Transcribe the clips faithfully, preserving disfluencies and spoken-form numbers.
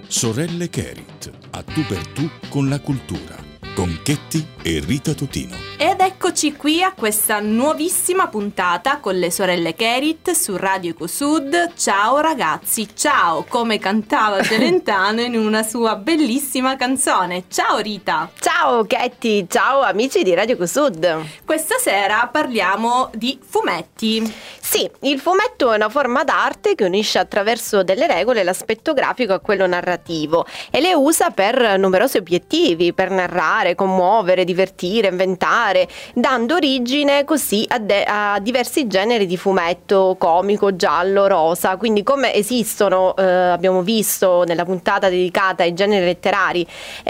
Sorelle Kerit, a tu per tu con la cultura, con Chetti e Rita Totino. Ed eccoci qui a questa nuovissima puntata con le sorelle Kerit su Radio Ecosud. Ciao ragazzi, ciao, come cantava Celentano in una sua bellissima canzone. Ciao Rita. Ciao Chetti, ciao amici di Radio Ecosud. Questa sera parliamo di fumetti. Sì, il fumetto è una forma d'arte che unisce attraverso delle regole l'aspetto grafico a quello narrativo e le usa per numerosi obiettivi, per narrare, commuovere, divertire, inventare, dando origine così a, de- a diversi generi di fumetto, comico, giallo, rosa. Quindi come esistono, eh, abbiamo visto nella puntata dedicata ai generi letterari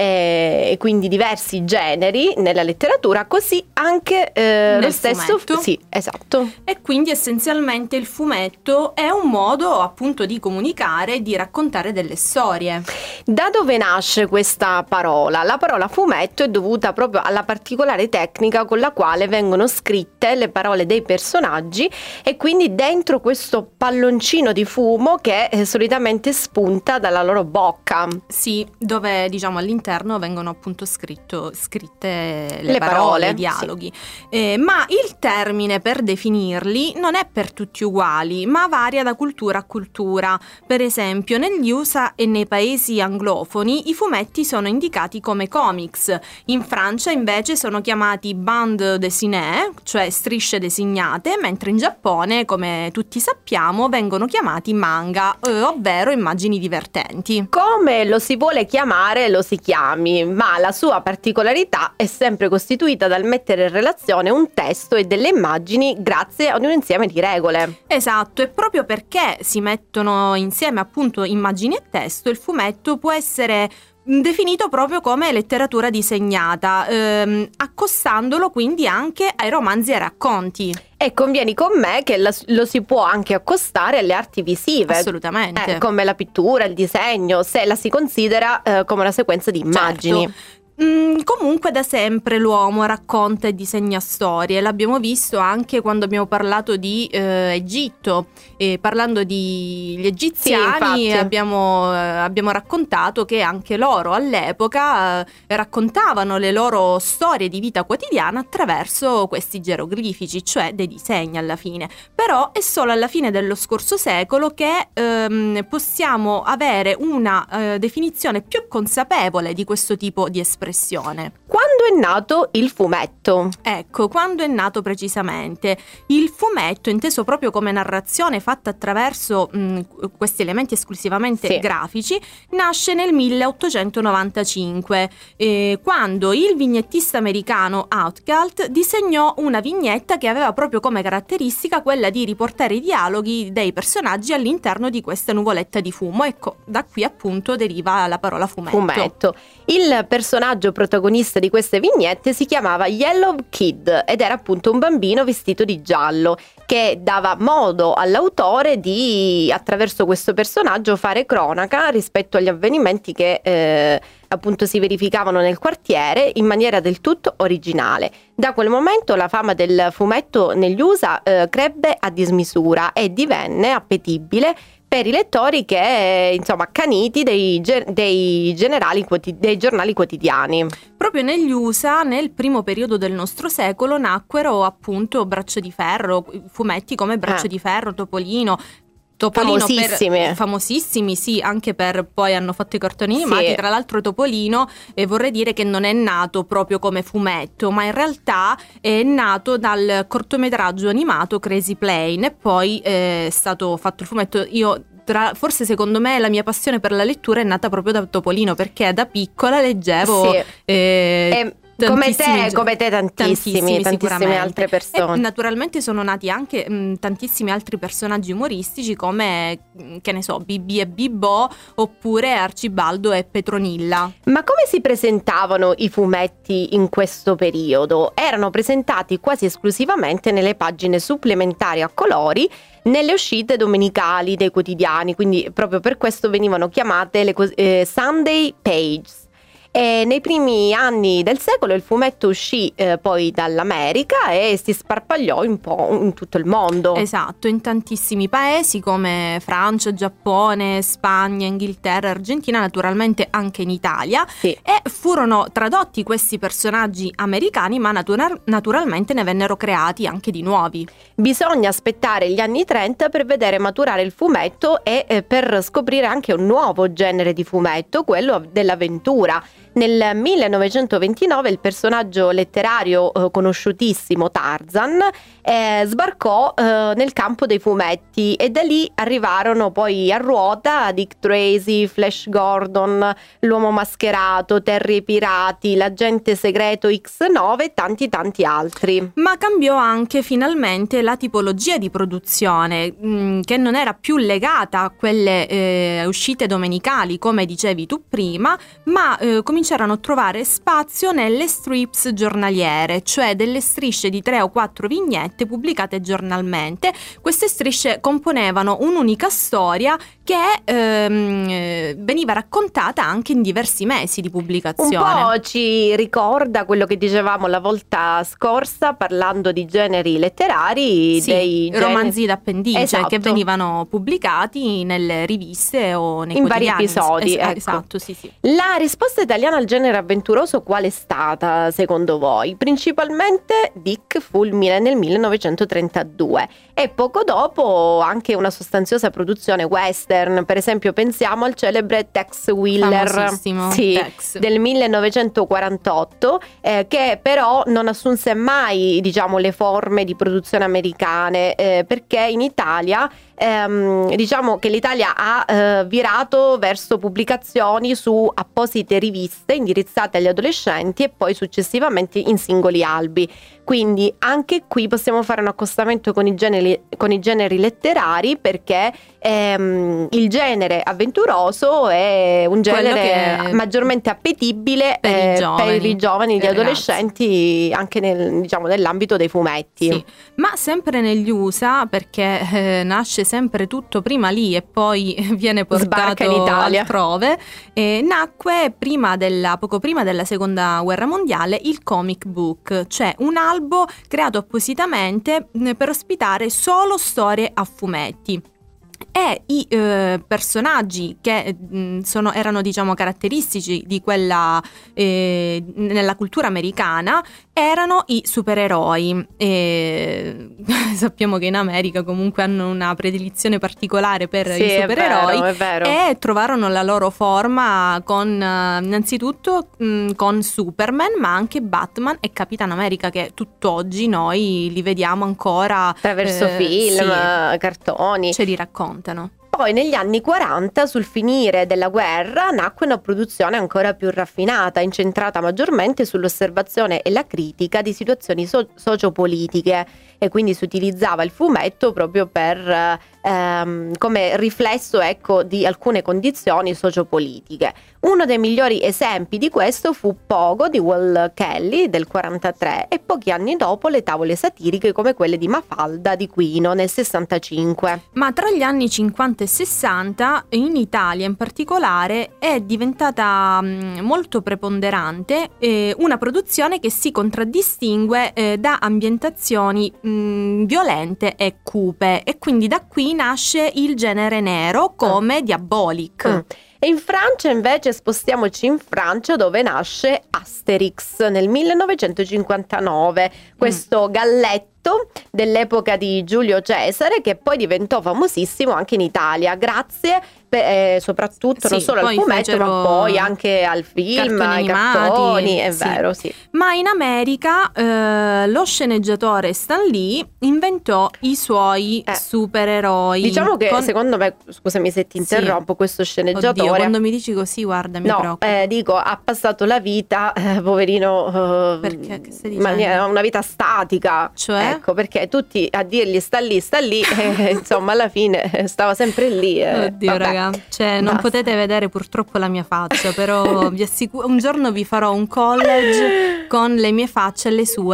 eh, e quindi diversi generi nella letteratura, così anche eh, lo stesso fumetto. Sì, esatto. E quindi essenzialmente il fumetto è un modo appunto di comunicare, di raccontare delle storie. Da dove nasce questa parola? La parola fumetto è dovuta proprio alla particolare tecnica con la quale vengono scritte le parole dei personaggi e quindi dentro questo palloncino di fumo che eh, solitamente spunta dalla loro bocca. Sì, dove diciamo all'interno vengono appunto scritto, scritte le, Le parole, parole, i dialoghi. Eh, ma il termine per definirli non è per tutti uguali, ma varia da cultura a cultura. Per esempio, negli U S A e nei paesi anglofoni i fumetti sono indicati come comics. In Francia invece sono chiamati bande dessinée, cioè strisce disegnate, mentre in Giappone, come tutti sappiamo, vengono chiamati manga, eh, ovvero immagini divertenti. Come lo si vuole chiamare lo si chiami, ma la sua particolarità è sempre costituita dal mettere in relazione un testo e delle immagini grazie ad un insieme di regole. Esatto, e proprio perché si mettono insieme appunto immagini e testo, il fumetto può essere definito proprio come letteratura disegnata, ehm, accostandolo quindi anche ai romanzi e ai racconti. E convieni con me che la, lo si può anche accostare alle arti visive. Assolutamente. Eh, come la pittura, il disegno, se la si considera eh, come una sequenza di immagini. Certo. Mm, comunque da sempre l'uomo racconta e disegna storie, l'abbiamo visto anche quando abbiamo parlato di eh, Egitto, e parlando di gli egiziani sì, abbiamo, eh, abbiamo raccontato che anche loro all'epoca eh, raccontavano le loro storie di vita quotidiana attraverso questi geroglifici, cioè dei disegni alla fine. Però è solo alla fine dello scorso secolo che ehm, possiamo avere una eh, definizione più consapevole di questo tipo di espressione. Quando è nato il fumetto? Ecco, quando è nato precisamente? Il fumetto, inteso proprio come narrazione fatta attraverso mh, questi elementi esclusivamente sì. grafici, nasce nel milleottocentonovantacinque, eh, quando il vignettista americano Outcalt disegnò una vignetta che aveva proprio come caratteristica quella di riportare i dialoghi dei personaggi all'interno di questa nuvoletta di fumo. Ecco, da qui appunto deriva la parola fumetto. Fumetto. Il personaggio protagonista di queste vignette si chiamava Yellow Kid ed era appunto un bambino vestito di giallo che dava modo all'autore di, attraverso questo personaggio, fare cronaca rispetto agli avvenimenti che eh, appunto si verificavano nel quartiere in maniera del tutto originale. Da quel momento la fama del fumetto negli U S A eh, crebbe a dismisura e divenne appetibile per i lettori che, insomma, accaniti dei, dei, generali, dei giornali quotidiani. Proprio negli U S A, nel primo periodo del nostro secolo, nacquero appunto Braccio di Ferro, fumetti come Braccio eh. di Ferro, Topolino. Topolino famosissimi. Per, famosissimi, sì, anche per poi hanno fatto i cartoni animati. Sì. Tra l'altro Topolino eh, vorrei dire che non è nato proprio come fumetto, ma in realtà è nato dal cortometraggio animato Crazy Plane e poi eh, è stato fatto il fumetto. Io tra, forse secondo me la mia passione per la lettura è nata proprio da Topolino, perché da piccola leggevo sì. eh, e- Come te, come te tantissimi, tantissimi, tantissime altre persone. E naturalmente sono nati anche mh, tantissimi altri personaggi umoristici come, mh, che ne so, Bibi e Bibò oppure Arcibaldo e Petronilla. Ma come si presentavano i fumetti in questo periodo? Erano presentati quasi esclusivamente nelle pagine supplementari a colori, nelle uscite domenicali dei quotidiani, quindi proprio per questo venivano chiamate le eh, Sunday Pages. E nei primi anni del secolo il fumetto uscì eh, poi dall'America e si sparpagliò un po' in tutto il mondo. Esatto, in tantissimi paesi come Francia, Giappone, Spagna, Inghilterra, Argentina, naturalmente anche in Italia. Sì. E furono tradotti questi personaggi americani, ma natura- naturalmente ne vennero creati anche di nuovi. Bisogna aspettare gli anni trenta per vedere maturare il fumetto e eh, per scoprire anche un nuovo genere di fumetto, quello dell'avventura. Nel millenovecentoventinove il personaggio letterario eh, conosciutissimo Tarzan eh, sbarcò eh, nel campo dei fumetti e da lì arrivarono poi a ruota Dick Tracy, Flash Gordon, l'uomo mascherato, Terry e i pirati, l'agente segreto X nove e tanti tanti altri. Ma cambiò anche finalmente la tipologia di produzione, mh, che non era più legata a quelle eh, uscite domenicali come dicevi tu prima, ma eh, cominciò cominciarono a trovare spazio nelle strips giornaliere, cioè delle strisce di tre o quattro vignette pubblicate giornalmente. Queste strisce componevano un'unica storia che ehm, veniva raccontata anche in diversi mesi di pubblicazione. Un po' ci ricorda quello che dicevamo la volta scorsa parlando di generi letterari, sì, dei romanzi generi... d'appendice, esatto, che venivano pubblicati nelle riviste o nei in quotidiani. vari episodi. Es- ecco. Esatto, sì, sì. La risposta italiana al genere avventuroso qual è stata secondo voi? Principalmente Dick Fulmine nel millenovecentotrentadue e poco dopo anche una sostanziosa produzione western, per esempio pensiamo al celebre Tex Willer, famosissimo sì, Tex, del millenovecentoquarantotto, eh, che però non assunse mai, diciamo, le forme di produzione americane, eh, perché in Italia ehm, diciamo che l'Italia ha eh, virato verso pubblicazioni su apposite riviste indirizzate agli adolescenti e poi successivamente in singoli albi. Quindi anche qui possiamo fare un accostamento con i generi, con i generi letterari, perché ehm, il genere avventuroso è un genere che maggiormente appetibile per, eh, i giovani, per i giovani, gli i adolescenti, anche nel, diciamo, nell'ambito dei fumetti. Sì, ma sempre negli U S A, perché eh, nasce sempre tutto prima lì e poi viene portato in Italia altrove, eh, nacque prima della, poco prima della seconda guerra mondiale il comic book, cioè un albo creato appositamente per ospitare solo storie a fumetti. E i eh, personaggi che mh, sono, erano diciamo caratteristici di quella eh, nella cultura americana erano i supereroi. E sappiamo che in America comunque hanno una predilizione particolare per sì, i supereroi, è vero, è vero. E trovarono la loro forma con innanzitutto mh, con Superman, ma anche Batman e Capitan America, che tutt'oggi noi li vediamo ancora attraverso eh, film, sì, cartoni, ce li raccontano. Poi negli anni quaranta, sul finire della guerra, nacque una produzione ancora più raffinata, incentrata maggiormente sull'osservazione e la critica di situazioni so- sociopolitiche, e quindi si utilizzava il fumetto proprio per ehm, come riflesso, ecco, di alcune condizioni sociopolitiche. Uno dei migliori esempi di questo fu Pogo di Walt Kelly del quarantatré e pochi anni dopo le tavole satiriche come quelle di Mafalda di Quino nel sessantacinque. Ma tra gli anni cinquanta e sessanta, in Italia in particolare, è diventata mh, molto preponderante eh, una produzione che si contraddistingue eh, da ambientazioni mh, violente e cupe, e quindi da qui nasce il genere nero come mm. Diabolic. Mm. E in Francia invece spostiamoci in Francia, dove nasce Asterix nel millenovecentocinquantanove, questo mm. galletto dell'epoca di Giulio Cesare, che poi diventò famosissimo anche in Italia grazie eh, soprattutto sì, non solo al fumetto ma poi anche al film, ai cartoni, è sì. vero, sì. Ma in America eh, lo sceneggiatore Stan Lee inventò i suoi eh. supereroi. Diciamo che con... secondo me, scusami se ti interrompo, sì. questo sceneggiatore, Oddio, quando mi dici così, guarda, mi no, preoccupo. Eh, dico, ha passato la vita, eh, poverino, eh, perché? Che stai dicendo? Ma, una vita statica, cioè? Ecco, perché tutti a dirgli sta lì, sta lì, eh, insomma alla fine stava sempre lì. Eh. Oddio, Vabbè. raga, cioè non Basta. potete vedere purtroppo la mia faccia, però vi assicuro, un giorno vi farò un collage con le mie facce e le sue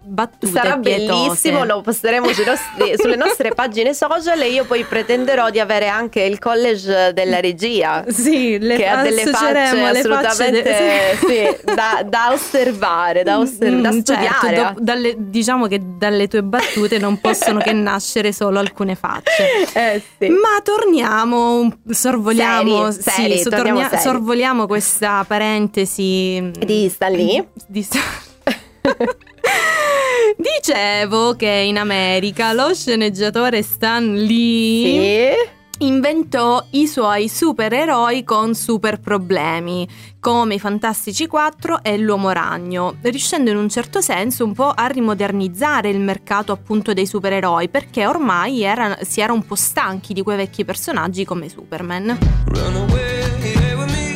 battute sarà pietose. bellissimo, lo posteremo sui nostri, sulle nostre pagine social e io poi pretenderò di avere anche il college della regia. Sì, le che ha delle facce assolutamente de- sì, da, da osservare, da, osserv- mm, da studiare. Certo, do- dalle, diciamo che dalle tue battute non possono che nascere solo alcune facce. Eh, sì. Ma torniamo, sorvoliamo, Seri, seri, sì, torniamo tornia- seri. sorvoliamo questa parentesi Di Stan Lee. di Stan- Dicevo che in America lo sceneggiatore Stan Lee Sì. inventò i suoi supereroi con super problemi, come i Fantastici quattro e l'Uomo Ragno, riuscendo in un certo senso un po' a rimodernizzare il mercato appunto dei supereroi, perché ormai era, si era un po' stanchi di quei vecchi personaggi come Superman. Run away with me.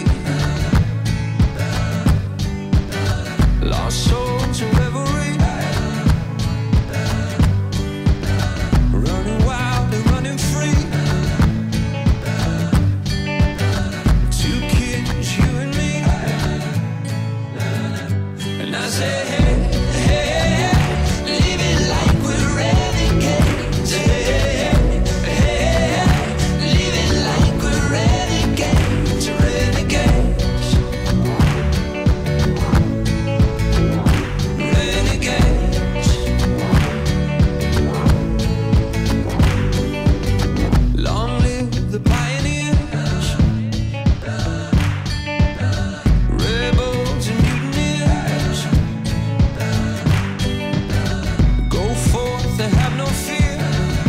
Lost soul to reverie. Running wild and running free. Two kids, you and me. And I say, hey, hey, hey, leave it like we're renegades. Hey, hey, hey, hey, leave it like we're renegades, renegades, renegades. Long live the pioneers, rebels and mutineers. Go forth and have no fear.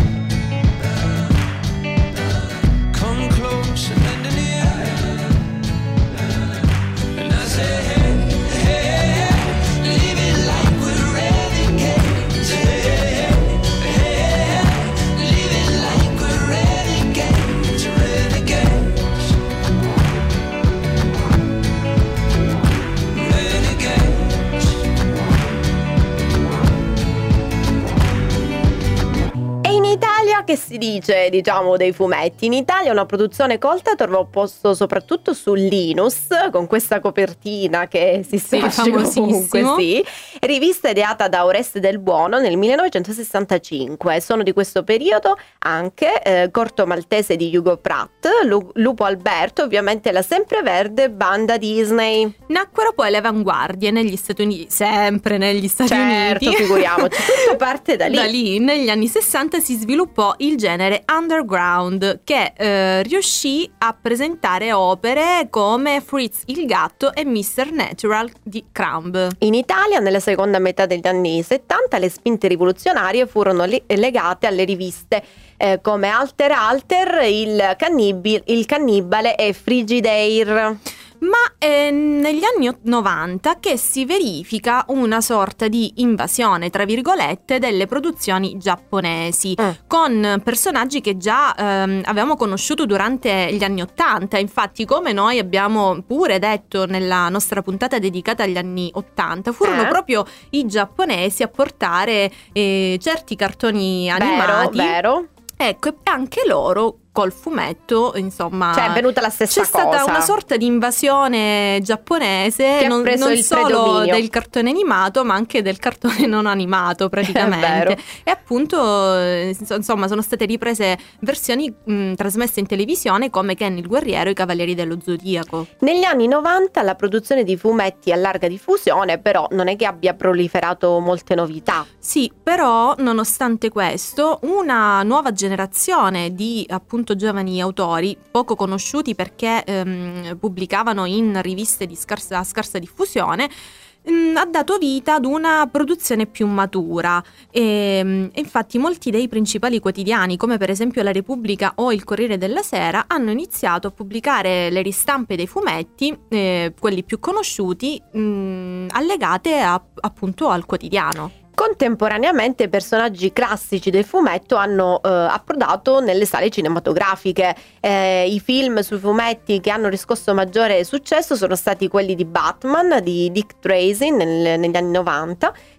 Come close and lend an ear. And I say, hey, hey, hey, leave it like we're renegades. Hey, hey, hey, hey, leave it like we're renegades, renegades, renegades. E in Italia che si dice, diciamo, dei fumetti? In Italia una produzione colta trova posto soprattutto su Linus, con questa copertina che si strascica comunque, famosissimo. sì. Rivista ideata da Oreste Del Buono nel millenovecentosessantacinque. Sono di questo periodo anche eh, Corto Maltese di Hugo Pratt, Lu- Lupo Alberto, ovviamente la sempreverde banda Disney. Nacquero poi le avanguardie negli Stati Uniti, sempre negli Stati Certo, Uniti. figuriamoci, tutto parte da lì. Da lì, negli anni sessanta, si sviluppò il genere underground, che eh, riuscì a presentare opere come Fritz il gatto e mister Natural di Crumb. In Italia, nella seconda metà degli anni settanta, le spinte rivoluzionarie furono le- legate alle riviste eh, come Alter Alter, il, cannibi- il Cannibale e Frigidaire. Ma è negli anni novanta che si verifica una sorta di invasione, tra virgolette, delle produzioni giapponesi, Mm. con personaggi che già ehm, avevamo conosciuto durante gli anni ottanta. Infatti, come noi abbiamo pure detto nella nostra puntata dedicata agli anni ottanta, furono Eh? proprio i giapponesi a portare eh, certi cartoni animati. Vero, vero. Ecco, e anche loro col fumetto, insomma, Cioè è venuta la stessa c'è cosa. stata una sorta di invasione giapponese, Che ha non, preso non il solo predominio. del cartone animato, ma anche del cartone non animato praticamente. È vero. E appunto, eh, insomma, sono state riprese versioni mh, trasmesse in televisione come Ken il guerriero e i Cavalieri dello Zodiaco. Negli anni novanta la produzione di fumetti a larga diffusione, però non è che abbia proliferato molte novità. Sì, però nonostante questo, una nuova generazione di appunto giovani autori, poco conosciuti perché ehm, pubblicavano in riviste di scarsa, scarsa diffusione, mh, ha dato vita ad una produzione più matura. E, mh, e infatti molti dei principali quotidiani, come per esempio La Repubblica o il Corriere della Sera, hanno iniziato a pubblicare le ristampe dei fumetti, eh, quelli più conosciuti, mh, allegate a- appunto al quotidiano. Contemporaneamente personaggi classici del fumetto hanno eh, approdato nelle sale cinematografiche. Eh, I film sui fumetti che hanno riscosso maggiore successo sono stati quelli di Batman di Dick Tracy nel- negli anni novanta,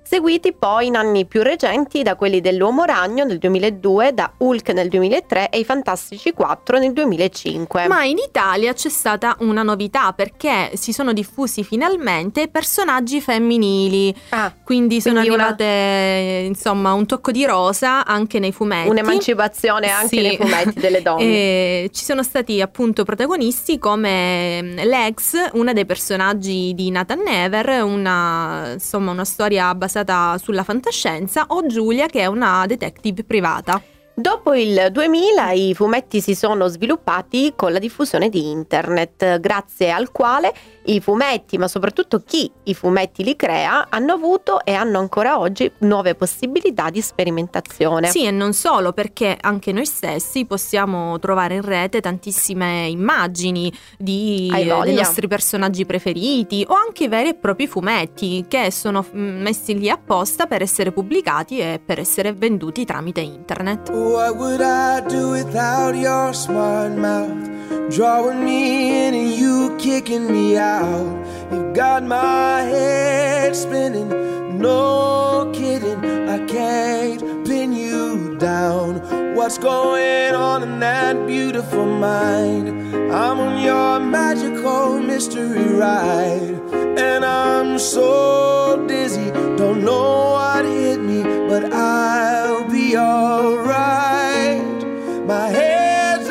seguiti poi in anni più recenti da quelli dell'Uomo Ragno nel duemiladue, da Hulk nel duemilatré e i Fantastici quattro nel duemilacinque. Ma in Italia c'è stata una novità, perché si sono diffusi finalmente personaggi femminili, Ah, quindi sono quindi una- arrivate insomma un tocco di rosa anche nei fumetti. un'emancipazione anche Sì. nei fumetti delle donne. E ci sono stati appunto protagonisti come Lex, una dei personaggi di Nathan Never, una, insomma una storia basata sulla fantascienza, o Giulia, che è una detective privata. Dopo il duemila i fumetti si sono sviluppati con la diffusione di internet, grazie al quale i fumetti, ma soprattutto chi i fumetti li crea, hanno avuto e hanno ancora oggi nuove possibilità di sperimentazione. Sì, e non solo, perché anche noi stessi possiamo trovare in rete tantissime immagini di, Hai eh, voglia. dei nostri personaggi preferiti, o anche veri e propri fumetti che sono mm, messi lì apposta per essere pubblicati e per essere venduti tramite internet. What would I do without your smart mouth? Drawing me in and you kicking me out. You've got my head spinning, no kidding. I can't pin you down. What's going on in that beautiful mind? I'm on your magical mystery ride, and I'm so dizzy, don't know what hit me, but I'll be alright. My head's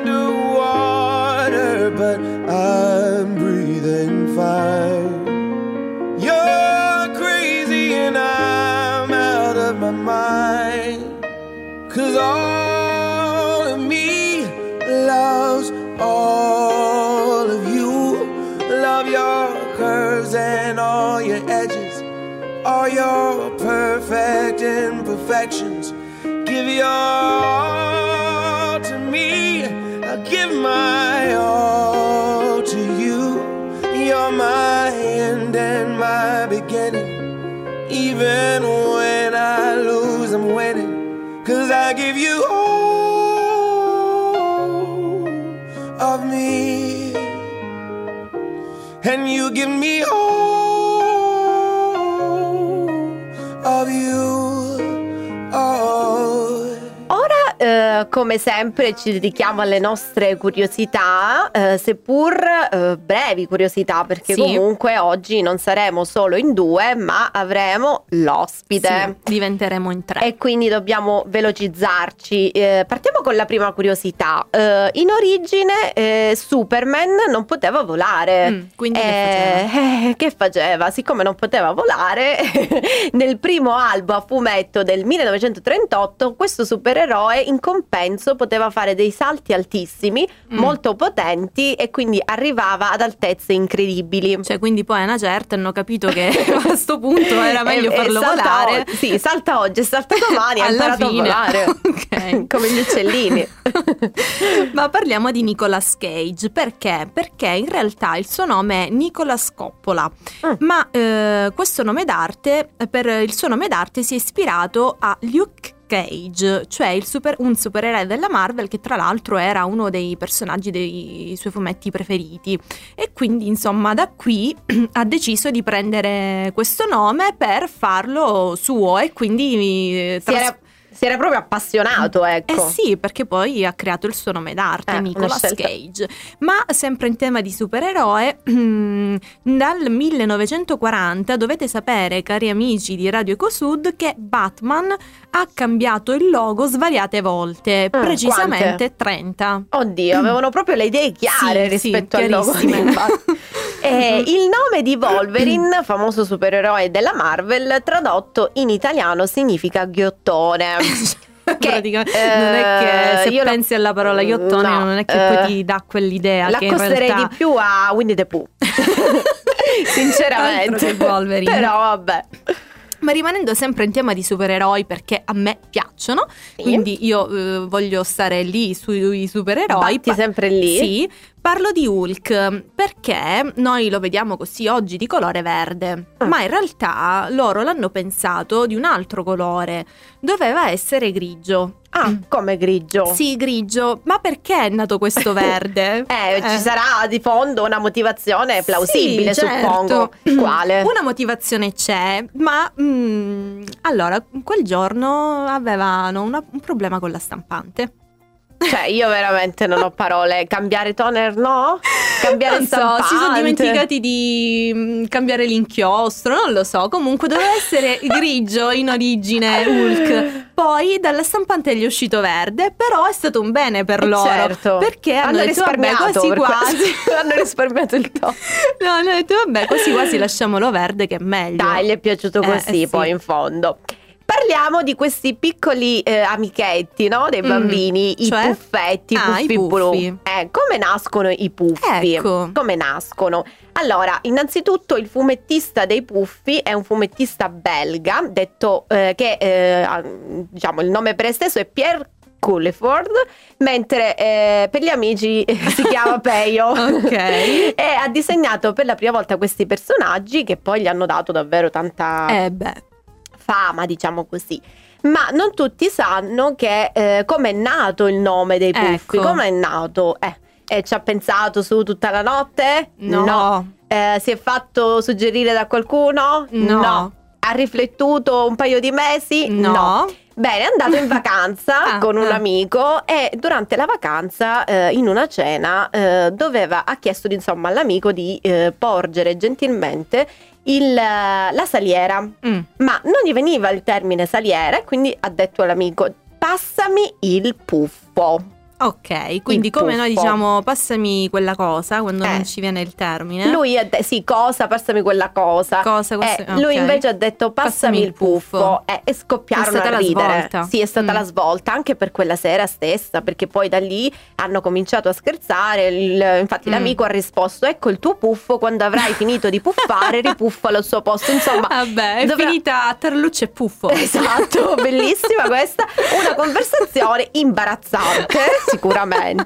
underwater, but I'm breathing fine. You're crazy and I'm out of my mind, 'cause all of me loves all of you. Love your curves and all your edges, all your perfect imperfections. Give your all to me, I'll give my all to you. You're my end and my beginning. Even when I lose, I'm winning, 'cause I give you all of me, and you give me all of you. Oh. Ora, eh, come sempre, ci dedichiamo alle nostre curiosità, eh, seppur eh, brevi curiosità, perché Sì. comunque oggi non saremo solo in due, ma avremo l'ospite. Sì, diventeremo in tre. E quindi dobbiamo velocizzarci. Eh, partiamo con la prima curiosità. Eh, in origine eh, Superman non poteva volare. Mm, quindi che Eh, eh, che faceva? Siccome non poteva volare, nel primo albo a fumetto del millenovecentotrentotto questo supereroe in compenso poteva fare dei salti altissimi, Mm. molto potenti, e quindi arrivava ad altezze incredibili. Cioè, quindi poi a una certa hanno capito che a questo punto era meglio E- e farlo salta volare. o- sì, salta oggi e salta domani, ha Alla imparato fine. a volare. Ok. Come gli uccellini. Ma parliamo di Nicolas Cage. Perché? Perché in realtà il suo nome è Nicolas Coppola. Mm. Ma eh, questo nome d'arte, per il suo nome d'arte si è ispirato a Luke Cage, cioè il super, un supereroe della Marvel che tra l'altro era uno dei personaggi dei suoi fumetti preferiti, e quindi insomma da qui ha deciso di prendere questo nome per farlo suo, e quindi eh, Si tras- era, si era proprio appassionato, ecco. eh sì, perché poi ha creato il suo nome d'arte, Eh, una Nicolas scelta. Cage. Ma sempre in tema di supereroe, dal millenovecentoquaranta dovete sapere, cari amici di Radio Ecosud, che Batman ha cambiato il logo svariate volte, Mm, precisamente quante? trenta. Oddio, avevano proprio le idee chiare Sì, rispetto sì, al logo di chiarissime. Batman. Eh, il nome di Wolverine, famoso supereroe della Marvel, tradotto in italiano significa ghiottone. Praticamente, eh, non è che se io la- pensi alla parola ghiottone no, non è che eh, poi ti dà quell'idea che in l'accosterei realtà di più a Winnie the Pooh. Sinceramente. Altro che Wolverine. Però vabbè. Ma rimanendo sempre in tema di supereroi, perché a me piacciono, Sì. quindi io eh, voglio stare lì sui supereroi. Batti sempre lì. Sì, Parlo di Hulk perché noi lo vediamo così oggi di colore verde, Ah. ma in realtà loro l'hanno pensato di un altro colore, doveva essere grigio. Ah, come grigio? Sì, grigio, ma perché è nato questo verde? Eh, ci sarà di fondo una motivazione plausibile, Sì, certo. suppongo. Quale? Una motivazione c'è, ma mm, allora quel giorno avevano una- un problema con la stampante. Cioè, io veramente non ho parole. Cambiare toner, no? Cambiare Non so, stampante. si sono dimenticati di mm, cambiare l'inchiostro, non lo so. Comunque doveva essere grigio in origine Hulk. Poi dalla stampante gli è uscito verde, però è stato un bene per Eh, loro. certo. Perché hanno, Hanno detto vabbè, risparmiato quasi per quasi. questo. Hanno risparmiato il tono. No, hanno detto vabbè, quasi quasi lasciamolo verde che è meglio. Dai, gli è piaciuto Eh, così, sì. poi in fondo. Parliamo di questi piccoli eh, amichetti, no? Dei Mm, bambini, i cioè? puffetti, i Ah, puffi i blu. puffi. Eh, come nascono i puffi? Ecco. Come nascono? Allora, innanzitutto il fumettista dei puffi è un fumettista belga, detto eh, che eh, ha- diciamo il nome preesteso è Pierre Culliford, mentre eh, per gli amici si chiama Peyo. Ok. E ha disegnato per la prima volta questi personaggi che poi gli hanno dato davvero tanta Eh beh. fama, diciamo così. Ma non tutti sanno che eh, come è nato il nome dei puffi. Ecco. Come è nato? Eh, eh, ci ha pensato su tutta la notte? No. Eh, si è fatto suggerire da qualcuno? No. Ha riflettuto un paio di mesi? No. Bene, è andato in vacanza Ah, con un ah. amico e durante la vacanza eh, in una cena eh, doveva, ha chiesto di, insomma all'amico di eh, porgere gentilmente il, la saliera, Mm. ma non gli veniva il termine saliera e quindi ha detto all'amico passami il puffo. Ok, quindi Il come noi puffo. diciamo passami quella cosa quando Eh. non ci viene il termine. Lui ha detto sì, cosa, passami quella cosa. Cosa, cosa- Eh, ok. Lui invece ha detto passami, Passami il il puffo. puffo eh, e scoppiarono È stata a la ridere. svolta. Sì, è stata Mm. la svolta anche per quella sera stessa, perché poi da lì hanno cominciato a scherzare. Il- infatti Mm. l'amico ha risposto ecco il tuo puffo, quando avrai finito di puffare ripuffalo al suo posto. Insomma, Vabbè, è dovrà- finita a Tarluccio e Puffo. Esatto, bellissima questa, una conversazione imbarazzante sicuramente.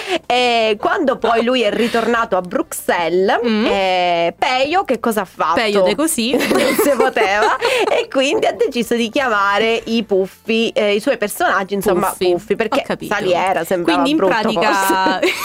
E quando poi lui è ritornato a Bruxelles, Mm. eh, Peyo che cosa ha fatto? Peyo de così. Non si poteva e quindi ha deciso di chiamare i puffi, eh, i suoi personaggi insomma Puffi. puffi, Ho perché capito. saliera sembrava Quindi in brutto pratica forse.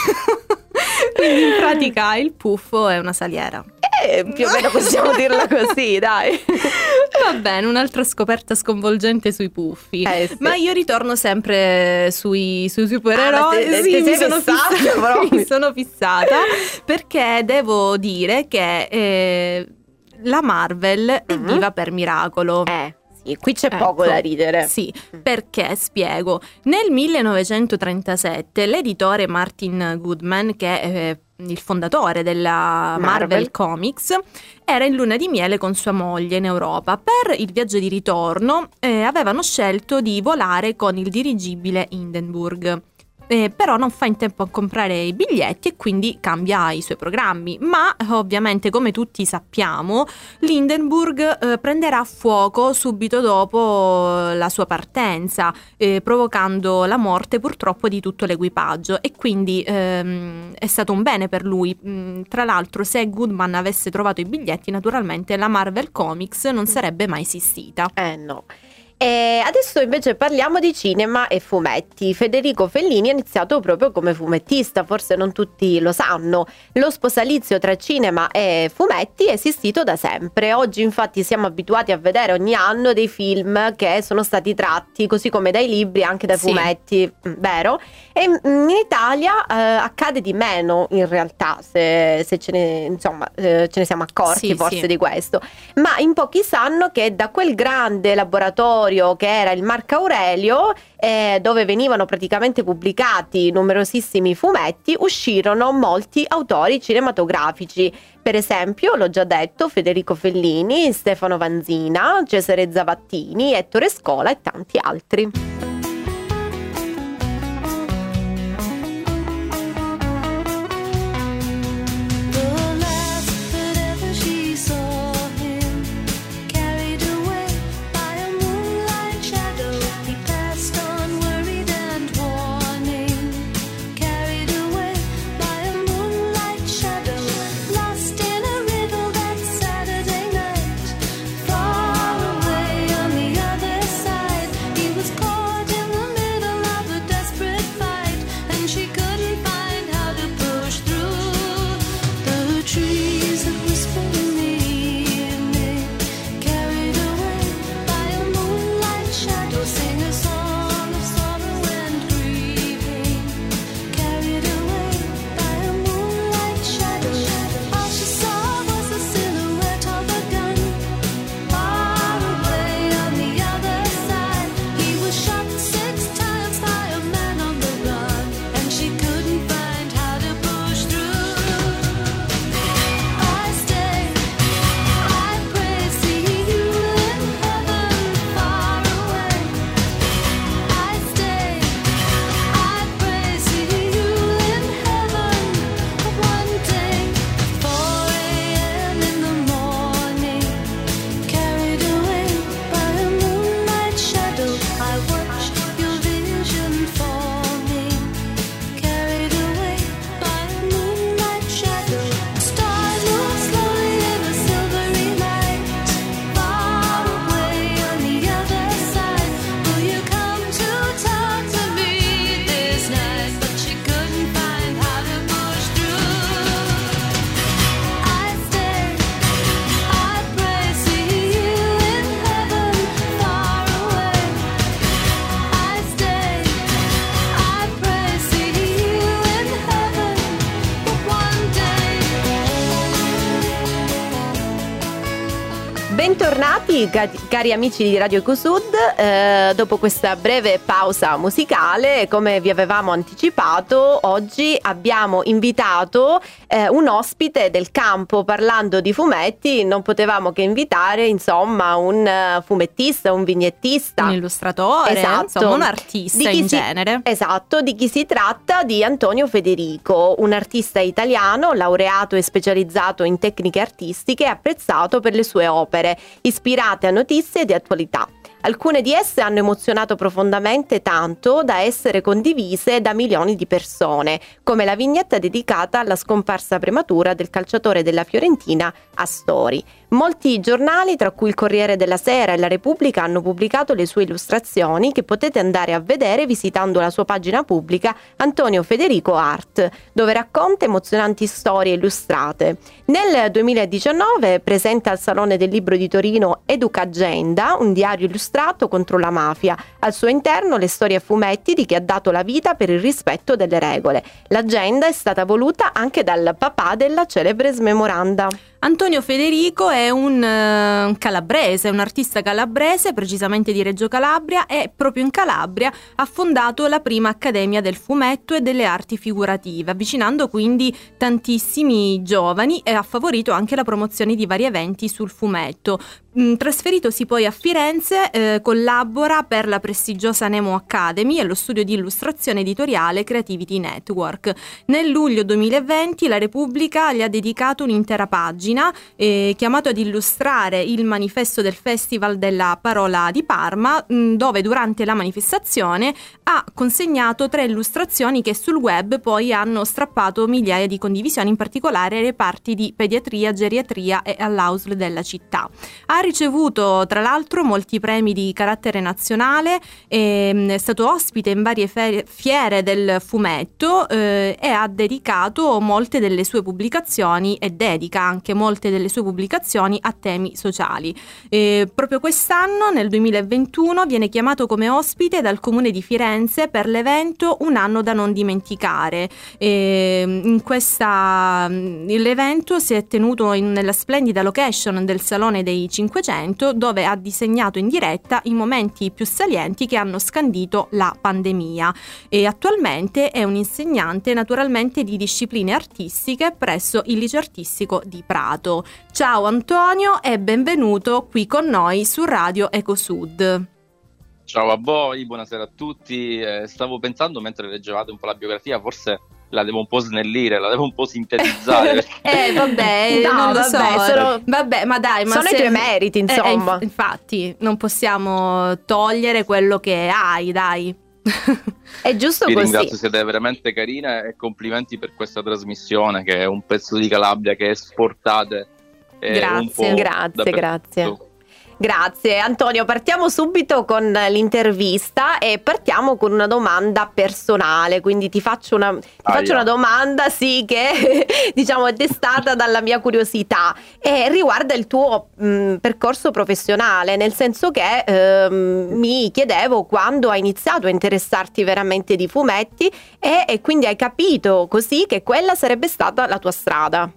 Quindi in pratica il puffo è una saliera. Eh, più o meno possiamo dirla così, dai. Va bene, un'altra scoperta sconvolgente sui puffi. Eh, sì. Ma io ritorno sempre sui, sui supereroi. Ah, ma te- Sì, ti mi sei sono fissata fissata, proprio? mi sono fissata perché devo dire che eh, la Marvel è Mhm. viva per miracolo. Eh, sì, qui c'è Ecco, poco da ridere. Sì, perché spiego. Nel millenovecentotrentasette l'editore Martin Goodman, che è eh, il fondatore della Marvel. Marvel. Comics, era in luna di miele con sua moglie in Europa. Per il viaggio di ritorno eh, avevano scelto di volare con il dirigibile Hindenburg. Eh, però non fa in tempo a comprare i biglietti e quindi cambia i suoi programmi. Ma ovviamente, come tutti sappiamo, l'Hindenburg eh, prenderà fuoco subito dopo la sua partenza, eh, provocando la morte purtroppo di tutto l'equipaggio. E quindi ehm, è stato un bene per lui. Mm, tra l'altro, se Goodman avesse trovato i biglietti, naturalmente la Marvel Comics non sarebbe mai esistita. Eh no. E adesso invece parliamo di cinema e fumetti. Federico Fellini ha iniziato proprio come fumettista, forse non tutti lo sanno. Lo sposalizio tra cinema e fumetti è esistito da sempre. Oggi infatti siamo abituati a vedere ogni anno dei film che sono stati tratti, così come dai libri, anche dai Sì. fumetti, mm, vero? E mm, in Italia eh, accade di meno in realtà, se, se ce, ne, insomma, eh, ce ne siamo accorti Sì, forse sì. di questo. Ma in pochi sanno che da quel grande laboratorio che era il Marco Aurelio, eh, dove venivano praticamente pubblicati numerosissimi fumetti, uscirono molti autori cinematografici. Per esempio, l'ho già detto, Federico Fellini, Stefano Vanzina, Cesare Zavattini, Ettore Scola e tanti altri. The last that ever she saw him, carried away by a moonlight shadow, he passed on worried and warning. Carried away by a moonlight bentornati ca- cari amici di Radio Ecosud, eh, dopo questa breve pausa musicale. Come vi avevamo anticipato, oggi abbiamo invitato eh, un ospite del campo. Parlando di fumetti non potevamo che invitare insomma un uh, fumettista, un vignettista, Un illustratore, Esatto. insomma un artista Di chi in si- genere. Esatto, di chi si tratta? Di Antonio Federico, un artista italiano, laureato e specializzato in tecniche artistiche, apprezzato per le sue opere, ispirate a notizie di attualità. Alcune di esse hanno emozionato profondamente, tanto da essere condivise da milioni di persone, come la vignetta dedicata alla scomparsa prematura del calciatore della Fiorentina Astori. Molti giornali, tra cui il Corriere della Sera e la Repubblica, hanno pubblicato le sue illustrazioni, che potete andare a vedere visitando la sua pagina pubblica Antonio Federico Art, dove racconta emozionanti storie illustrate. Nel duemiladiciannove presenta al Salone del Libro di Torino Educagenda, un diario illustrato contro la mafia. Al suo interno le storie a fumetti di chi ha dato la vita per il rispetto delle regole. L'agenda è stata voluta anche dal papà della celebre smemoranda. Antonio Federico è un uh, calabrese, un artista calabrese, precisamente di Reggio Calabria, e proprio in Calabria ha fondato la prima Accademia del Fumetto e delle Arti Figurative, avvicinando quindi tantissimi giovani, e ha favorito anche la promozione di vari eventi sul fumetto. Mm, trasferitosi poi a Firenze, eh, collabora per la prestigiosa Nemo Academy e lo studio di illustrazione editoriale Creativity Network. Nel luglio duemilaventi la Repubblica gli ha dedicato un'intera pagina, eh, chiamato ad illustrare il manifesto del Festival della Parola di Parma, mh, dove durante la manifestazione ha consegnato tre illustrazioni che sul web poi hanno strappato migliaia di condivisioni, in particolare ai reparti di pediatria, geriatria e all'A U S L della città. Ha ricevuto tra l'altro molti premi di carattere nazionale, e, è stato ospite in varie fe- fiere del fumetto, eh, e ha dedicato molte delle sue pubblicazioni e dedica anche molte delle sue pubblicazioni a temi sociali. Eh, proprio quest'anno, nel duemilaventuno, viene chiamato come ospite dal Comune di Firenze per l'evento Un anno da non dimenticare. Eh, in questa, l'evento si è tenuto in, nella splendida location del Salone dei cinquecento, dove ha disegnato in diretta i momenti più salienti che hanno scandito la pandemia, e attualmente è un insegnante naturalmente di discipline artistiche presso il Liceo Artistico di Prato. Ciao Antonio e benvenuto qui con noi su Radio Ecosud. Ciao a voi, buonasera a tutti. Eh, stavo pensando mentre leggevate un po' la biografia, forse la devo un po' snellire, la devo un po' sintetizzare. eh vabbè, No, non lo vabbè, so. sono- vabbè, ma dai, ma sono se- i tuoi meriti, Eh, eh, insomma. inf- infatti, non possiamo togliere quello che hai, dai. È giusto Vi così. ringrazio, siete veramente carine e complimenti per questa trasmissione, che è un pezzo di Calabria che esportate. eh, Grazie. un po' Grazie, dappertutto. grazie. Grazie Antonio, partiamo subito con l'intervista e partiamo con una domanda personale, quindi ti faccio una, ti Aia. faccio una domanda sì che diciamo è destata dalla mia curiosità e riguarda il tuo mh, percorso professionale, nel senso che ehm, mi chiedevo quando hai iniziato a interessarti veramente di fumetti e, e quindi hai capito così che quella sarebbe stata la tua strada.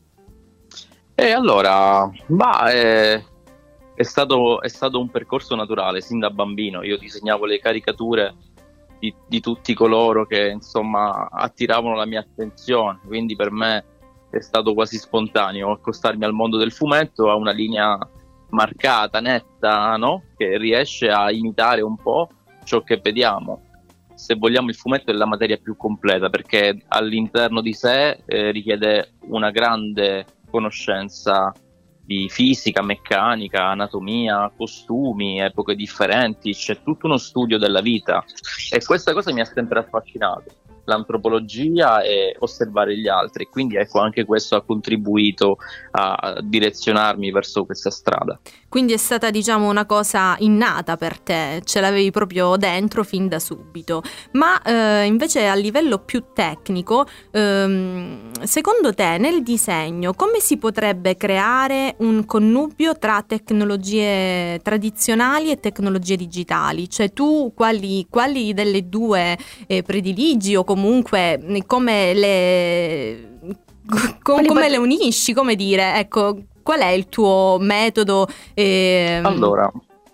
E allora, bah, è, è stato, è stato un percorso naturale, sin da bambino. Io disegnavo le caricature di, di tutti coloro che, insomma, attiravano la mia attenzione, quindi per me è stato quasi spontaneo accostarmi al mondo del fumetto, a una linea marcata, netta, no? Che riesce a imitare un po' ciò che vediamo. Se vogliamo, il fumetto è la materia più completa, perché all'interno di sé eh, richiede una grande conoscenza di fisica, meccanica, anatomia, costumi, epoche differenti, c'è tutto uno studio della vita, e questa cosa mi ha sempre affascinato, l'antropologia e osservare gli altri, quindi ecco, anche questo ha contribuito a direzionarmi verso questa strada. Quindi è stata, diciamo, una cosa innata per te, ce l'avevi proprio dentro fin da subito. Ma eh, invece a livello più tecnico, ehm, secondo te nel disegno come si potrebbe creare un connubio tra tecnologie tradizionali e tecnologie digitali? Cioè tu quali, quali delle due eh, prediligi, o comunque come le... Co- Quali come pot- le unisci, come dire, ecco, qual è il tuo metodo? ehm, Allora,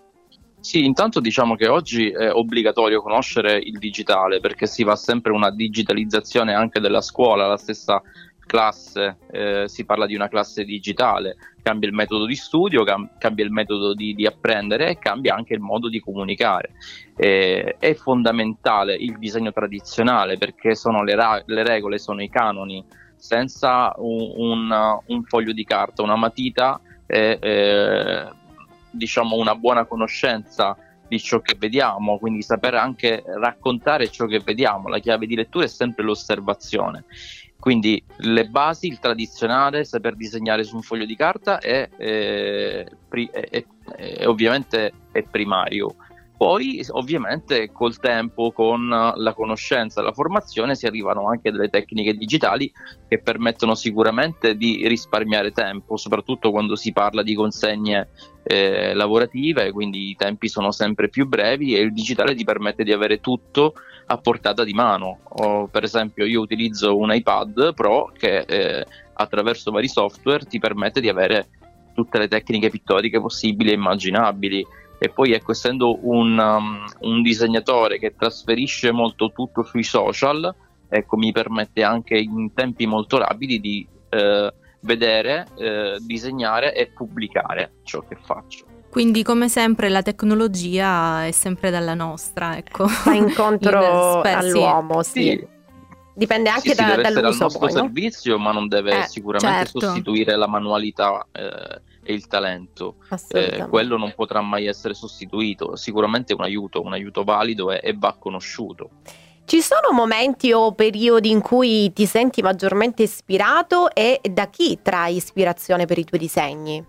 sì, intanto diciamo che oggi è obbligatorio conoscere il digitale perché si va sempre una digitalizzazione anche della scuola, la stessa classe, eh, si parla di una classe digitale, cambia il metodo di studio, cam- cambia il metodo di, di apprendere e cambia anche il modo di comunicare. Eh, è fondamentale il disegno tradizionale perché sono le, ra- le regole, sono i canoni, senza un, un- un foglio di carta, una matita e eh, diciamo una buona conoscenza di ciò che vediamo, quindi saper anche raccontare ciò che vediamo. La chiave di lettura è sempre l'osservazione. Quindi le basi, il tradizionale, saper disegnare su un foglio di carta è, eh, pri- è- è- è ovviamente è primario. Poi ovviamente col tempo, con la conoscenza, la formazione, si arrivano anche delle tecniche digitali che permettono sicuramente di risparmiare tempo, soprattutto quando si parla di consegne eh, lavorative, quindi i tempi sono sempre più brevi e il digitale ti permette di avere tutto a portata di mano. O, per esempio, io utilizzo un iPad Pro che eh, attraverso vari software ti permette di avere tutte le tecniche pittoriche possibili e immaginabili. E poi, ecco, essendo un, um, un disegnatore che trasferisce molto tutto sui social, ecco, mi permette anche in tempi molto rapidi di eh, vedere, eh, disegnare e pubblicare ciò che faccio. Quindi, come sempre, la tecnologia è sempre dalla nostra, ecco. Va incontro In- sper- sì. all'uomo, sì. Sì. Dipende anche Sì, sì, da- deve essere al dall'uso nostro poi, no? servizio, ma non deve Eh, sicuramente certo. sostituire la manualità eh, e il talento. Eh, Assolutamente. quello non potrà mai essere sostituito. Sicuramente è un aiuto, un aiuto valido e, e va conosciuto. Ci sono momenti o periodi in cui ti senti maggiormente ispirato e da chi trai ispirazione per i tuoi disegni?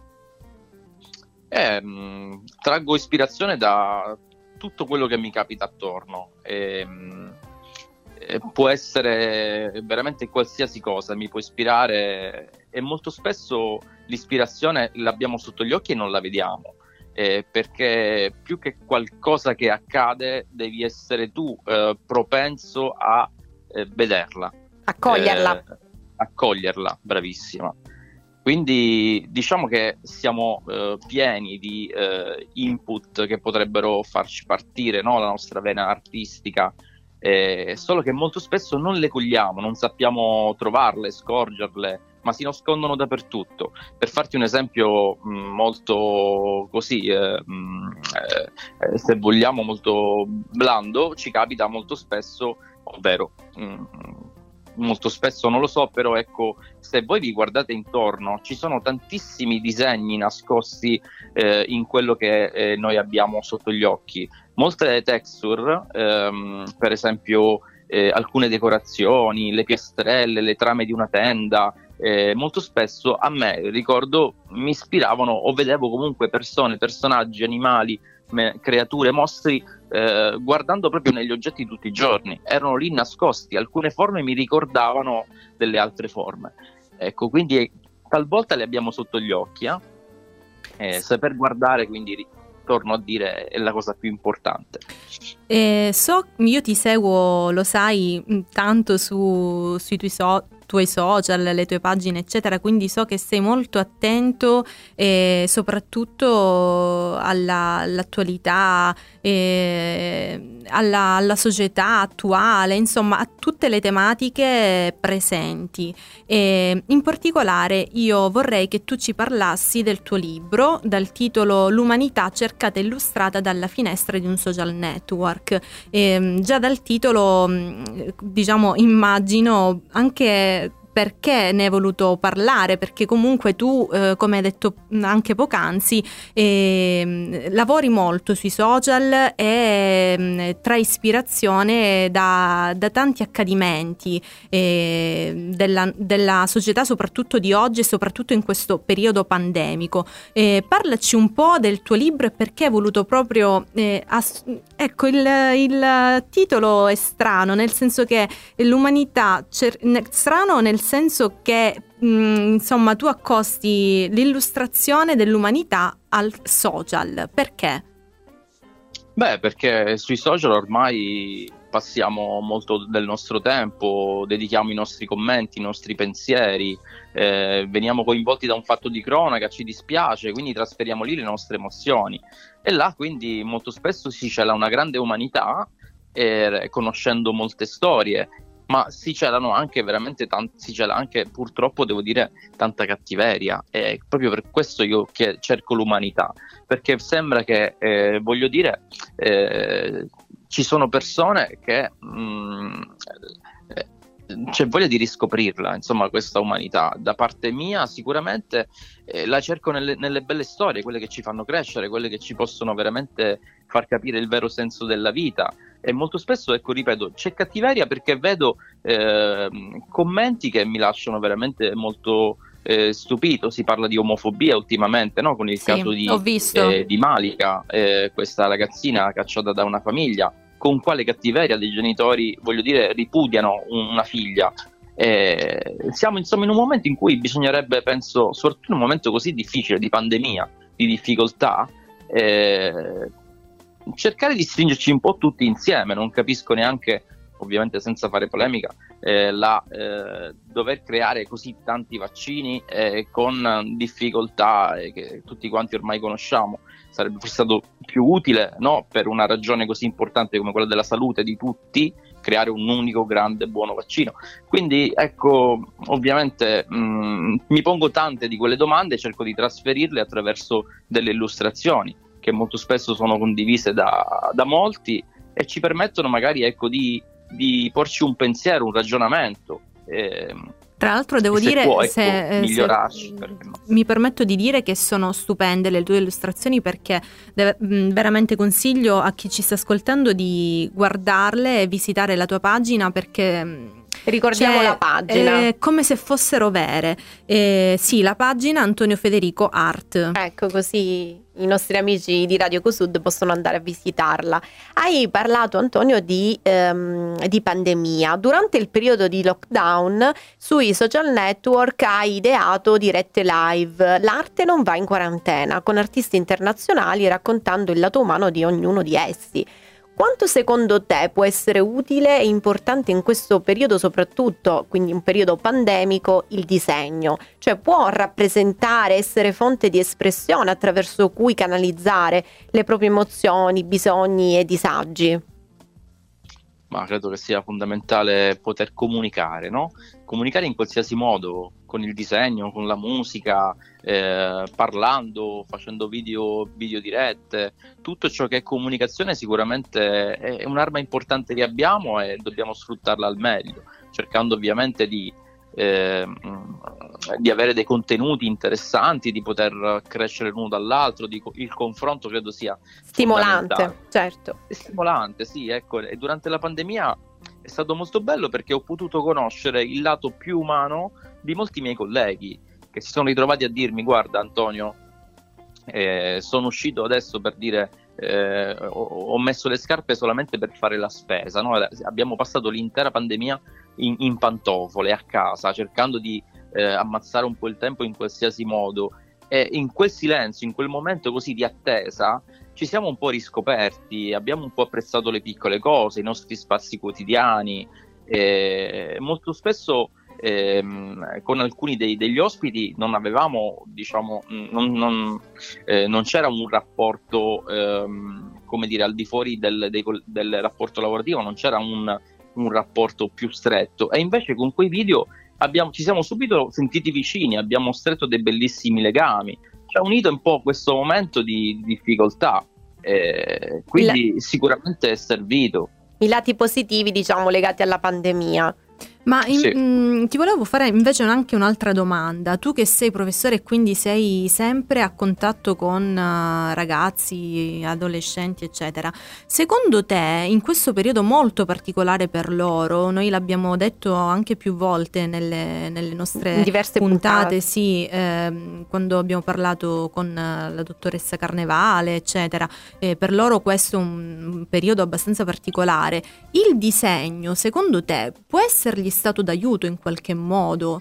Eh, mh, traggo ispirazione da tutto quello che mi capita attorno. E, mh, e può essere veramente qualsiasi cosa, mi può ispirare e molto spesso l'ispirazione l'abbiamo sotto gli occhi e non la vediamo. Eh, perché più che qualcosa che accade devi essere tu eh, propenso a eh, vederla, Accoglierla. eh, accoglierla, bravissima. Quindi diciamo che siamo eh, pieni di eh, input che potrebbero farci partire, no, la nostra vena artistica, eh, solo che molto spesso non le cogliamo, non sappiamo trovarle, scorgerle, ma si nascondono dappertutto. Per farti un esempio mh, molto così, eh, mh, eh, se vogliamo molto blando, ci capita molto spesso, ovvero mh, molto spesso non lo so, però ecco, se voi vi guardate intorno ci sono tantissimi disegni nascosti eh, in quello che eh, noi abbiamo sotto gli occhi. Molte texture, ehm, per esempio eh, alcune decorazioni, le piastrelle, le trame di una tenda, eh, molto spesso a me, ricordo, mi ispiravano o vedevo comunque persone, personaggi, animali, me- creature, mostri, eh, guardando proprio negli oggetti tutti i giorni. Erano lì nascosti, alcune forme mi ricordavano delle altre forme. Ecco, quindi eh, talvolta le abbiamo sotto gli occhi, eh? Eh, saper guardare, quindi torno a dire, è la cosa più importante. Eh, so, io ti seguo, lo sai, mh, tanto su, sui tuoi, so- tuoi social, le tue pagine, eccetera, quindi so che sei molto attento eh, soprattutto alla, all'attualità, eh, alla, alla società attuale, insomma, a tutte le tematiche presenti. E in particolare io vorrei che tu ci parlassi del tuo libro, dal titolo L'umanità cercata e illustrata dalla finestra di un social network. E, già dal titolo, mh, diciamo, immagino anche perché ne hai voluto parlare, perché comunque tu, eh, come hai detto anche poc'anzi, eh, lavori molto sui social e mh, trai ispirazione da, da tanti accadimenti eh, della, della società, soprattutto di oggi e soprattutto in questo periodo pandemico. Eh, parlaci un po' del tuo libro e perché hai voluto proprio eh, ass- ecco, il, il titolo è strano, nel senso che l'umanità cer- strano nel senso che mh, insomma tu accosti l'illustrazione dell'umanità al social. Perché? Beh, perché sui social ormai passiamo molto del nostro tempo, dedichiamo i nostri commenti, i nostri pensieri, eh, veniamo coinvolti da un fatto di cronaca, ci dispiace, quindi trasferiamo lì le nostre emozioni e là quindi molto spesso si cela una grande umanità, eh, conoscendo molte storie, ma si celano anche veramente tanti, si cela anche purtroppo devo dire tanta cattiveria, e proprio per questo io che cerco l'umanità, perché sembra che eh, voglio dire eh, ci sono persone che mh, eh, c'è voglia di riscoprirla, insomma, questa umanità. Da parte mia sicuramente eh, la cerco nelle, nelle belle storie, quelle che ci fanno crescere, quelle che ci possono veramente far capire il vero senso della vita. E molto spesso, ecco, ripeto, c'è cattiveria perché vedo eh, commenti che mi lasciano veramente molto eh, stupito. Si parla di omofobia ultimamente, no? Con il Sì, caso di, ho visto. eh, di Malika, eh, questa ragazzina cacciata da una famiglia. Con quale cattiveria dei genitori, voglio dire, ripudiano un- una figlia. Eh, siamo insomma in un momento in cui bisognerebbe, penso, soprattutto in un momento così difficile di pandemia, di difficoltà, eh, cercare di stringerci un po' tutti insieme. Non capisco neanche, ovviamente senza fare polemica, eh, la eh, dover creare così tanti vaccini eh, con difficoltà eh, che tutti quanti ormai conosciamo. Sarebbe forse stato più utile, no, per una ragione così importante come quella della salute di tutti, creare un unico grande buono vaccino. Quindi ecco, ovviamente mh, mi pongo tante di quelle domande e cerco di trasferirle attraverso delle illustrazioni che molto spesso sono condivise da, da molti e ci permettono magari, ecco, di, di porci un pensiero, un ragionamento. ehm, Tra l'altro devo e se dire, può, ecco, se, eh, se- migliorarci, perché no? mi permetto di dire che sono stupende le tue illustrazioni, perché deve- mh, veramente consiglio a chi ci sta ascoltando di guardarle e visitare la tua pagina, perché mh, Ricordiamo c'è- la pagina. è come se fossero vere. Eh, sì, la pagina Antonio Federico Art. Ecco, così i nostri amici di Radio Cosud possono andare a visitarla. Hai parlato, Antonio, di, ehm, di pandemia. Durante il periodo di lockdown sui social network hai ideato dirette live. L'arte non va in quarantena, con artisti internazionali raccontando il lato umano di ognuno di essi. Quanto secondo te può essere utile e importante in questo periodo, soprattutto, quindi un periodo pandemico, il disegno? Cioè può rappresentare, essere fonte di espressione attraverso cui canalizzare le proprie emozioni, bisogni e disagi? Ma credo che sia fondamentale poter comunicare, no? Comunicare in qualsiasi modo, con il disegno, con la musica, eh, parlando, facendo video, video dirette. Tutto ciò che è comunicazione sicuramente è un'arma importante che abbiamo e dobbiamo sfruttarla al meglio, cercando ovviamente di, eh, di avere dei contenuti interessanti, di poter crescere l'uno dall'altro. Di, il confronto credo sia Stimolante, fondamentale. certo. È stimolante, sì, ecco, e durante la pandemia è stato molto bello perché ho potuto conoscere il lato più umano di molti miei colleghi che si sono ritrovati a dirmi: guarda Antonio, eh, sono uscito adesso per dire eh, ho, ho messo le scarpe solamente per fare la spesa, no? Abbiamo passato l'intera pandemia in, in pantofole a casa, cercando di eh, ammazzare un po' il tempo in qualsiasi modo, e in quel silenzio, in quel momento così di attesa, ci siamo un po' riscoperti, abbiamo un po' apprezzato le piccole cose, i nostri spazi quotidiani, e molto spesso ehm, con alcuni dei, degli ospiti non avevamo, diciamo, non, non, eh, non c'era un rapporto, ehm, come dire, al di fuori del, dei, del rapporto lavorativo, non c'era un, un rapporto più stretto, e invece con quei video abbiamo, ci siamo subito sentiti vicini, abbiamo stretto dei bellissimi legami. Ci ha unito un po' questo momento di difficoltà, eh, quindi sicuramente è servito. I lati positivi, diciamo, legati alla pandemia. Ma in- Sì. mh, ti volevo fare invece anche un'altra domanda. Tu che sei professore e quindi sei sempre a contatto con eh, ragazzi, adolescenti, eccetera. Secondo te, in questo periodo molto particolare per loro, noi l'abbiamo detto anche più volte nelle, nelle nostre In diverse puntate, puntate. sì, ehm, quando abbiamo parlato con eh, la dottoressa Carnevale, eccetera, eh, per loro questo è un, un periodo abbastanza particolare. Il disegno, secondo te, può essergli stato d'aiuto in qualche modo?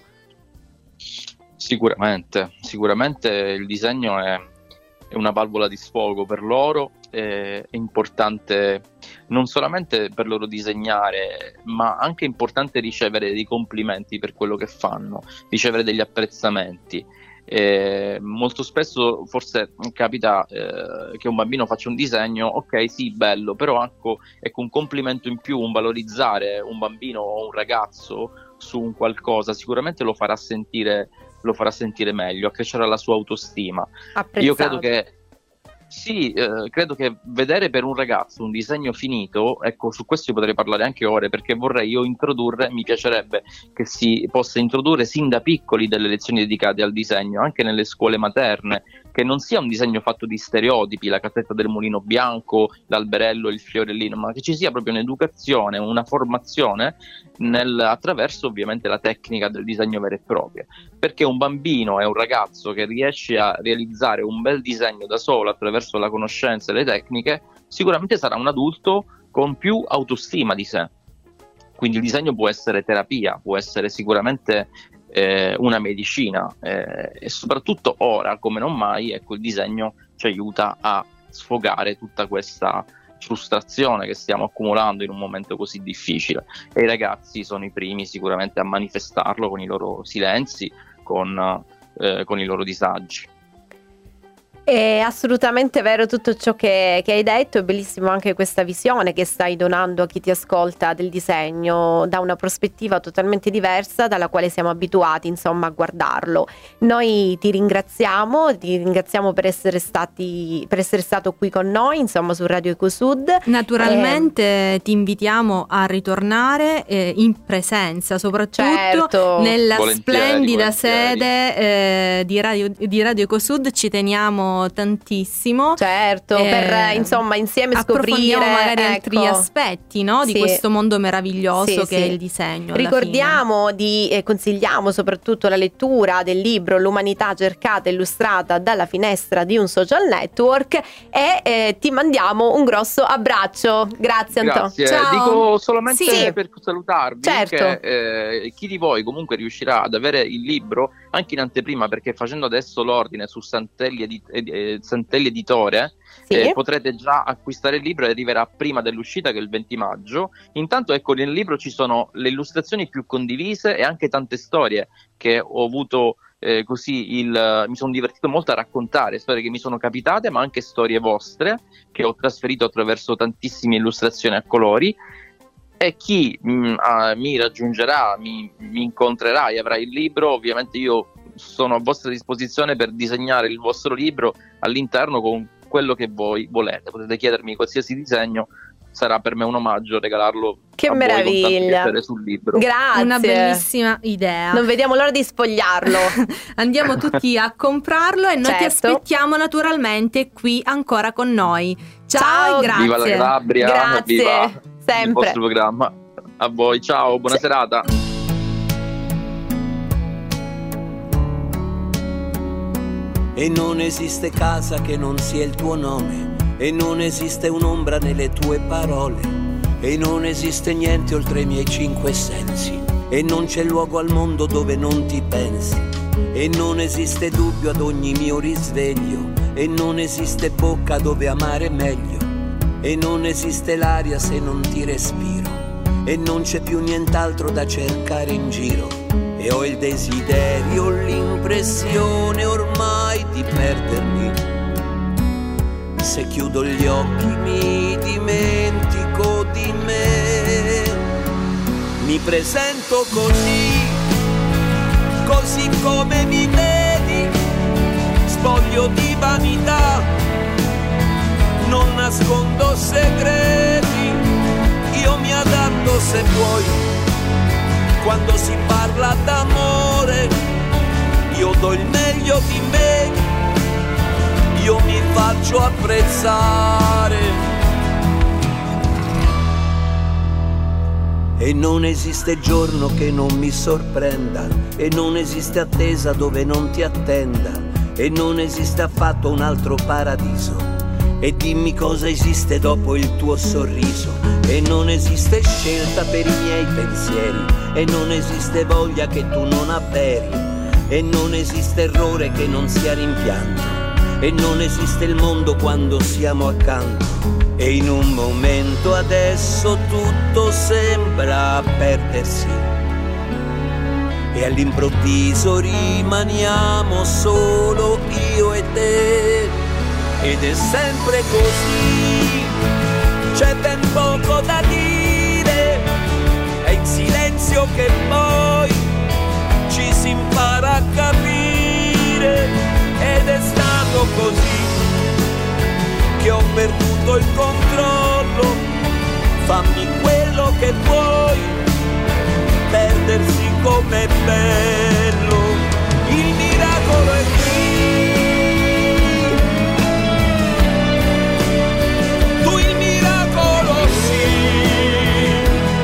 Sicuramente, sicuramente il disegno è, è una valvola di sfogo per loro, è, è importante non solamente per loro disegnare, ma anche è importante ricevere dei complimenti per quello che fanno, ricevere degli apprezzamenti. Eh, molto spesso forse capita eh, che un bambino faccia un disegno, ok, sì, bello, però ecco, ecco un complimento in più, un valorizzare un bambino o un ragazzo su un qualcosa sicuramente lo farà sentire, lo farà sentire meglio, accrescerà la sua autostima. Apprezzato. Io credo che Sì, eh, credo che vedere per un ragazzo un disegno finito, ecco, su questo io potrei parlare anche ore, perché vorrei io introdurre, mi piacerebbe che si possa introdurre sin da piccoli delle lezioni dedicate al disegno, anche nelle scuole materne, che non sia un disegno fatto di stereotipi, la casetta del mulino bianco, l'alberello, il fiorellino, ma che ci sia proprio un'educazione, una formazione nel, attraverso ovviamente la tecnica del disegno vero e proprio, perché un bambino è un ragazzo che riesce a realizzare un bel disegno da solo attraverso la conoscenza e le tecniche, sicuramente sarà un adulto con più autostima di sé. Quindi il disegno può essere terapia, può essere sicuramente eh, una medicina eh, e soprattutto ora come non mai, ecco, il disegno ci aiuta a sfogare tutta questa frustrazione che stiamo accumulando in un momento così difficile, e i ragazzi sono i primi sicuramente a manifestarlo con i loro silenzi, con, eh, con i loro disagi. È assolutamente vero tutto ciò che, che hai detto, è bellissimo anche questa visione che stai donando a chi ti ascolta del disegno da una prospettiva totalmente diversa dalla quale siamo abituati, insomma, a guardarlo. Noi ti ringraziamo, ti ringraziamo per essere stati per essere stato qui con noi, insomma, su Radio Ecosud. Naturalmente eh, ti invitiamo a ritornare eh, in presenza, soprattutto Certo. nella Volentieri, splendida volentieri. sede eh, di Radio, di Radio Ecosud. Ci teniamo tantissimo. Certo, Eh, per insomma insieme approfondiamo scoprire magari altri ecco. aspetti, no, di Sì. questo mondo meraviglioso Sì, che sì. è il disegno. alla Ricordiamo di eh, consigliamo soprattutto la lettura del libro L'umanità cercata e illustrata dalla finestra di un social network e eh, ti mandiamo un grosso abbraccio. Grazie Antonio. Grazie, Ciao. dico solamente Sì. per salutarvi Certo. che eh, chi di voi comunque riuscirà ad avere il libro anche in anteprima, perché facendo adesso l'ordine su Santelli, Edit- eh, Santelli Editore Sì. eh, potrete già acquistare il libro e arriverà prima dell'uscita, che è il venti maggio. Intanto ecco, nel libro ci sono le illustrazioni più condivise e anche tante storie che ho avuto eh, così il, mi sono divertito molto a raccontare, storie che mi sono capitate, ma anche storie vostre che ho trasferito attraverso tantissime illustrazioni a colori. E chi mh, ah, mi raggiungerà, mi, mi incontrerà e avrà il libro, ovviamente io sono a vostra disposizione per disegnare il vostro libro all'interno con quello che voi volete. Potete chiedermi qualsiasi disegno, sarà per me un omaggio regalarlo Che a voi con tanto meraviglia. piacere sul libro. Grazie. Una bellissima idea. Non vediamo l'ora di sfogliarlo. Andiamo tutti a comprarlo e noi ti Certo. aspettiamo naturalmente qui ancora con noi. Ciao, Ciao. e grazie. Viva la Calabria, Grazie, viva il sempre. vostro programma. A voi, ciao, buona Sì. serata. E non esiste casa che non sia il tuo nome, e non esiste un'ombra nelle tue parole, e non esiste niente oltre i miei cinque sensi, e non c'è luogo al mondo dove non ti pensi, e non esiste dubbio ad ogni mio risveglio, e non esiste bocca dove amare meglio, e non esiste l'aria se non ti respiro, e non c'è più nient'altro da cercare in giro. E ho il desiderio, l'impressione ormai di perdermi. Se chiudo gli occhi mi dimentico di me. Mi presento così, così come mi vedi, spoglio di vanità, non nascondo segreti, io mi adatto se vuoi. Quando si parla d'amore, io do il meglio di me, io mi faccio apprezzare. E non esiste giorno che non mi sorprenda, e non esiste attesa dove non ti attenda, e non esiste affatto un altro paradiso. E dimmi cosa esiste dopo il tuo sorriso. E non esiste scelta per i miei pensieri, e non esiste voglia che tu non avveri, e non esiste errore che non sia rimpianto, e non esiste il mondo quando siamo accanto. E in un momento adesso tutto sembra perdersi e all'improvviso rimaniamo solo io e te. Ed è sempre così, c'è ben poco da dire, è in silenzio che poi ci si impara a capire. Ed è stato così che ho perduto il controllo, fammi quello che vuoi, perdersi com'è bello, il miracolo è qui, tu il miracolo sì,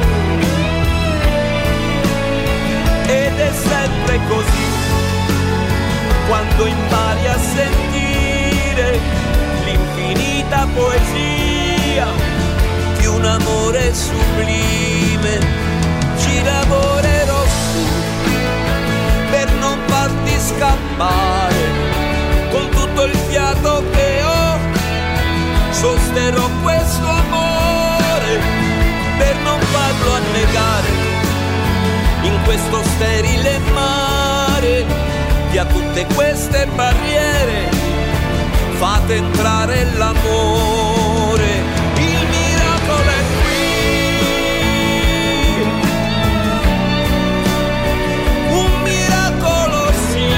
ed è sempre così, quando impari a sentire l'infinita poesia di un amore sublime, ci lavorerò su per non farti scappare, con tutto il fiato che ho sosterrò questo amore per non farlo annegare in questo sterile mare. Via tutte queste barriere, fate entrare l'amore, il miracolo è qui, un miracolo sì.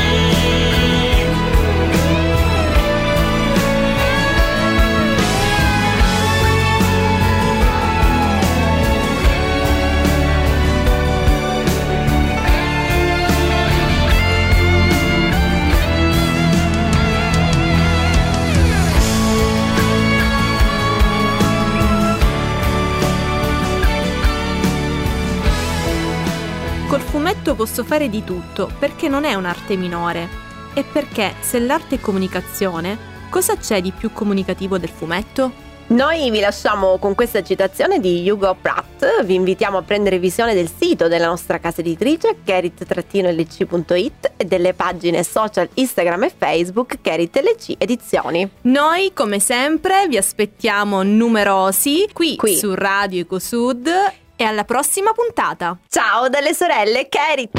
Col fumetto posso fare di tutto, perché non è un'arte minore. E perché, se l'arte è comunicazione, cosa c'è di più comunicativo del fumetto? Noi vi lasciamo con questa citazione di Hugo Pratt, vi invitiamo a prendere visione del sito della nostra casa editrice kerit l c punto it e delle pagine social Instagram e Facebook Kerit L C Edizioni. Noi, come sempre, vi aspettiamo numerosi qui, Qui. su Radio Ecosud e alla prossima puntata! Ciao dalle sorelle Kerit!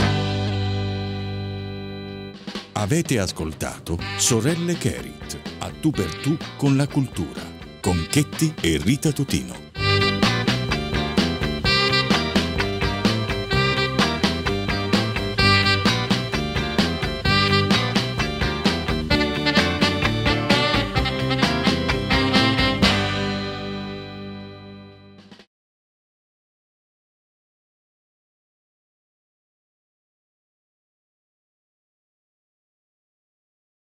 Avete ascoltato Sorelle Kerit, a tu per tu con la cultura, con Chetti e Rita Tutino.